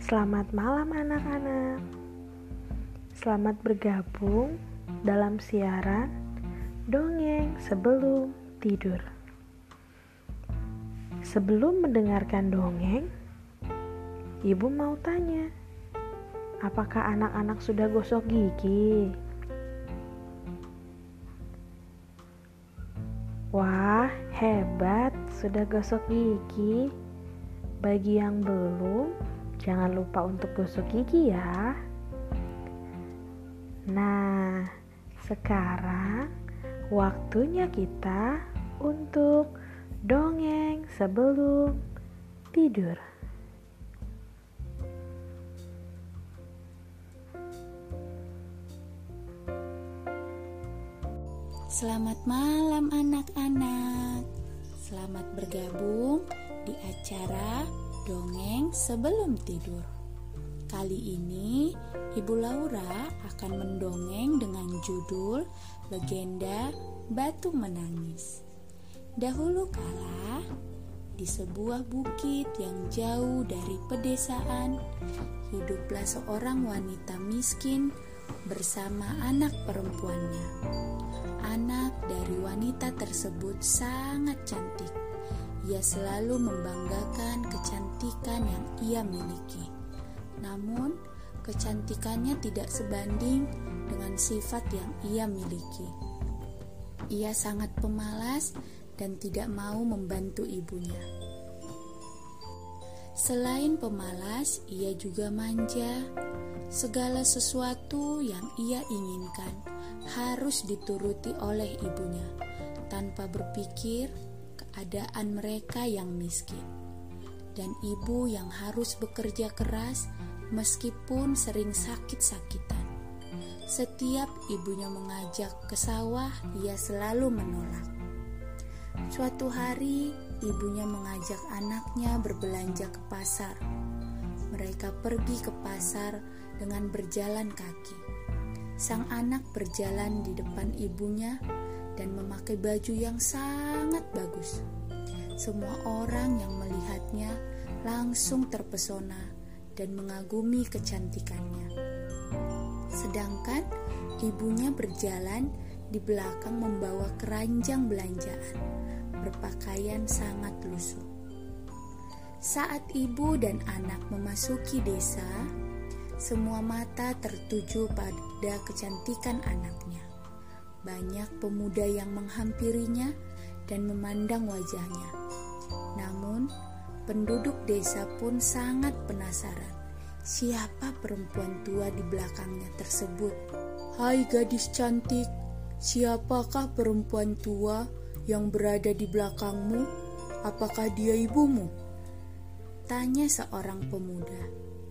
Selamat malam anak-anak. Selamat bergabung dalam siaran Dongeng Sebelum Tidur. Sebelum mendengarkan dongeng, Ibu mau tanya, apakah anak-anak sudah gosok gigi? Wah, hebat, sudah gosok gigi. Bagi yang belum, jangan lupa untuk gosok gigi ya. Nah, sekarang waktunya kita untuk dongeng sebelum tidur. Selamat malam anak-anak. Selamat bergabung di acara Dongeng Sebelum Tidur. Kali ini Ibu Laura akan mendongeng dengan judul Legenda Batu Menangis. Dahulu kala, di sebuah bukit yang jauh dari pedesaan, hiduplah seorang wanita miskin bersama anak perempuannya. Anak dari wanita tersebut sangat cantik. Ia selalu membanggakan kecantikan yang ia miliki. Namun, kecantikannya tidak sebanding dengan sifat yang ia miliki. Ia sangat pemalas dan tidak mau membantu ibunya. Selain pemalas, ia juga manja. Segala sesuatu yang ia inginkan harus dituruti oleh ibunya, tanpa berpikir keadaan mereka yang miskin. Dan ibu yang harus bekerja keras meskipun sering sakit-sakitan. Setiap ibunya mengajak ke sawah, ia selalu menolak. Suatu hari, ibunya mengajak anaknya berbelanja ke pasar. Mereka pergi ke pasar dengan berjalan kaki. Sang anak berjalan di depan ibunya dan memakai baju yang sangat bagus. Semua orang yang melihatnya langsung terpesona dan mengagumi kecantikannya. Sedangkan ibunya berjalan di belakang membawa keranjang belanjaan, berpakaian sangat lusuh. Saat ibu dan anak memasuki desa, semua mata tertuju pada kecantikan anaknya. Banyak pemuda yang menghampirinya dan memandang wajahnya. Namun, penduduk desa pun sangat penasaran siapa perempuan tua di belakangnya tersebut. "Hai gadis cantik, siapakah perempuan tua yang berada di belakangmu? Apakah dia ibumu?" tanya seorang pemuda.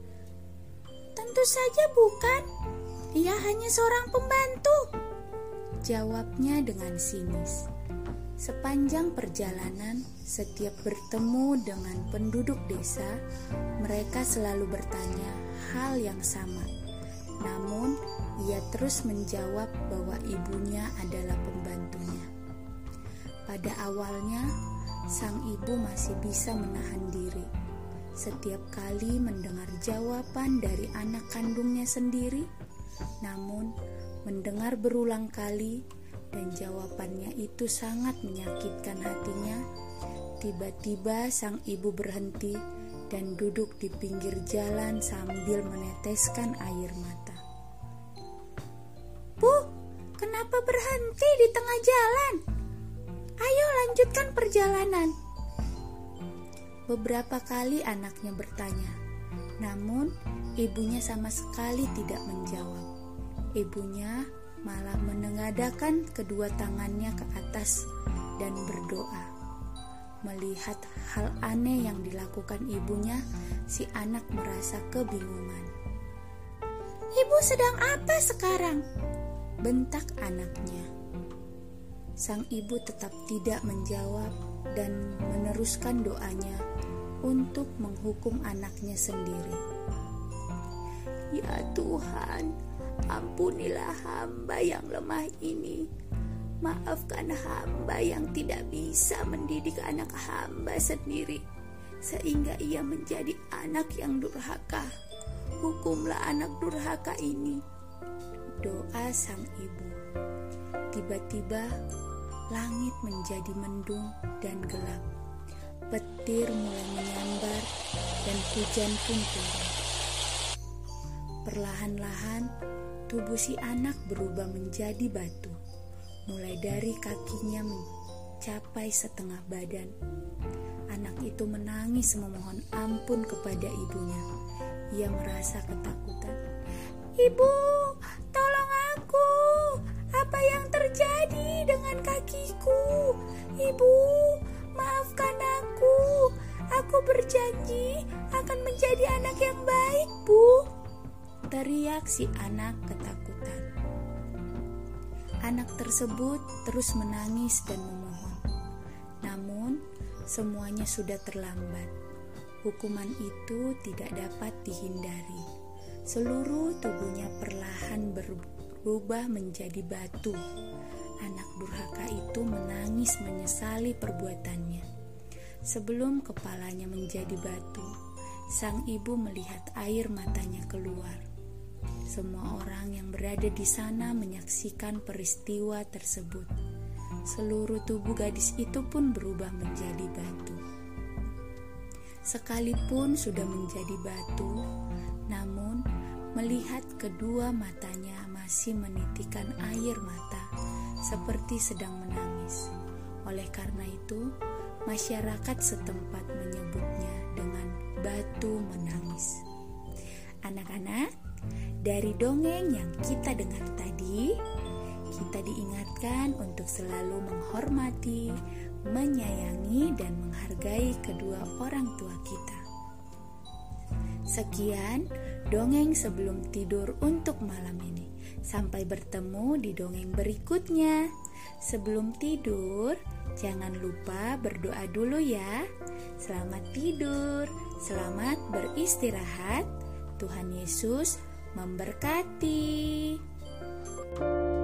"Tentu saja bukan, ia hanya seorang pembantu," jawabnya dengan sinis. Sepanjang perjalanan, setiap bertemu dengan penduduk desa, mereka selalu bertanya hal yang sama. Namun, ia terus menjawab bahwa ibunya adalah pembantunya. Pada awalnya, sang ibu masih bisa menahan diri. Setiap kali mendengar jawaban dari anak kandungnya sendiri, namun mendengar berulang kali dan jawabannya itu sangat menyakitkan hatinya, tiba-tiba sang ibu berhenti dan duduk di pinggir jalan sambil meneteskan air mata. "Bu, kenapa berhenti di tengah jalan? Ayo lanjutkan perjalanan." Beberapa kali anaknya bertanya, namun ibunya sama sekali tidak menjawab. Ibunya malah menengadahkan kedua tangannya ke atas dan berdoa. Melihat hal aneh yang dilakukan ibunya, si anak merasa kebingungan. "Ibu sedang apa sekarang?" bentak anaknya. Sang ibu tetap tidak menjawab dan meneruskan doanya untuk menghukum anaknya sendiri. "Ya Tuhan, ampunilah hamba yang lemah ini. Maafkan hamba yang tidak bisa mendidik anak hamba sendiri, sehingga ia menjadi anak yang durhaka. hukumlah anak durhaka ini, doa sang ibu. Tiba-tiba langit menjadi mendung dan gelap. Petir mulai menyambar dan hujan pun turun. Perlahan-lahan tubuh si anak berubah menjadi batu, mulai dari kakinya mencapai setengah badan. Anak itu menangis memohon ampun kepada ibunya. Ia merasa ketakutan. "Ibu, tolong aku. Apa yang terjadi dengan kakiku? Ibu, maafkan aku. Aku berjanji akan menjadi anak yang baik, Bu," teriak si anak ketakutan. Anak tersebut terus menangis dan memohon. Namun, semuanya sudah terlambat. Hukuman itu tidak dapat dihindari. Seluruh tubuhnya perlahan berubah menjadi batu. Anak durhaka itu menangis menyesali perbuatannya. Sebelum kepalanya menjadi batu, sang ibu melihat air matanya keluar. Semua orang yang berada di sana menyaksikan peristiwa tersebut. Seluruh tubuh gadis itu pun berubah menjadi batu. Sekalipun sudah menjadi batu, namun melihat kedua matanya masih menitikan air mata, seperti sedang menangis. Oleh karena itu, masyarakat setempat menyebutnya dengan batu menangis. Anak-anak, dari dongeng yang kita dengar tadi, kita diingatkan untuk selalu menghormati, menyayangi, dan menghargai kedua orang tua kita. Sekian dongeng sebelum tidur untuk malam ini. Sampai bertemu di dongeng berikutnya. Sebelum tidur, jangan lupa berdoa dulu ya. Selamat tidur, selamat beristirahat. Tuhan Yesus memberkati.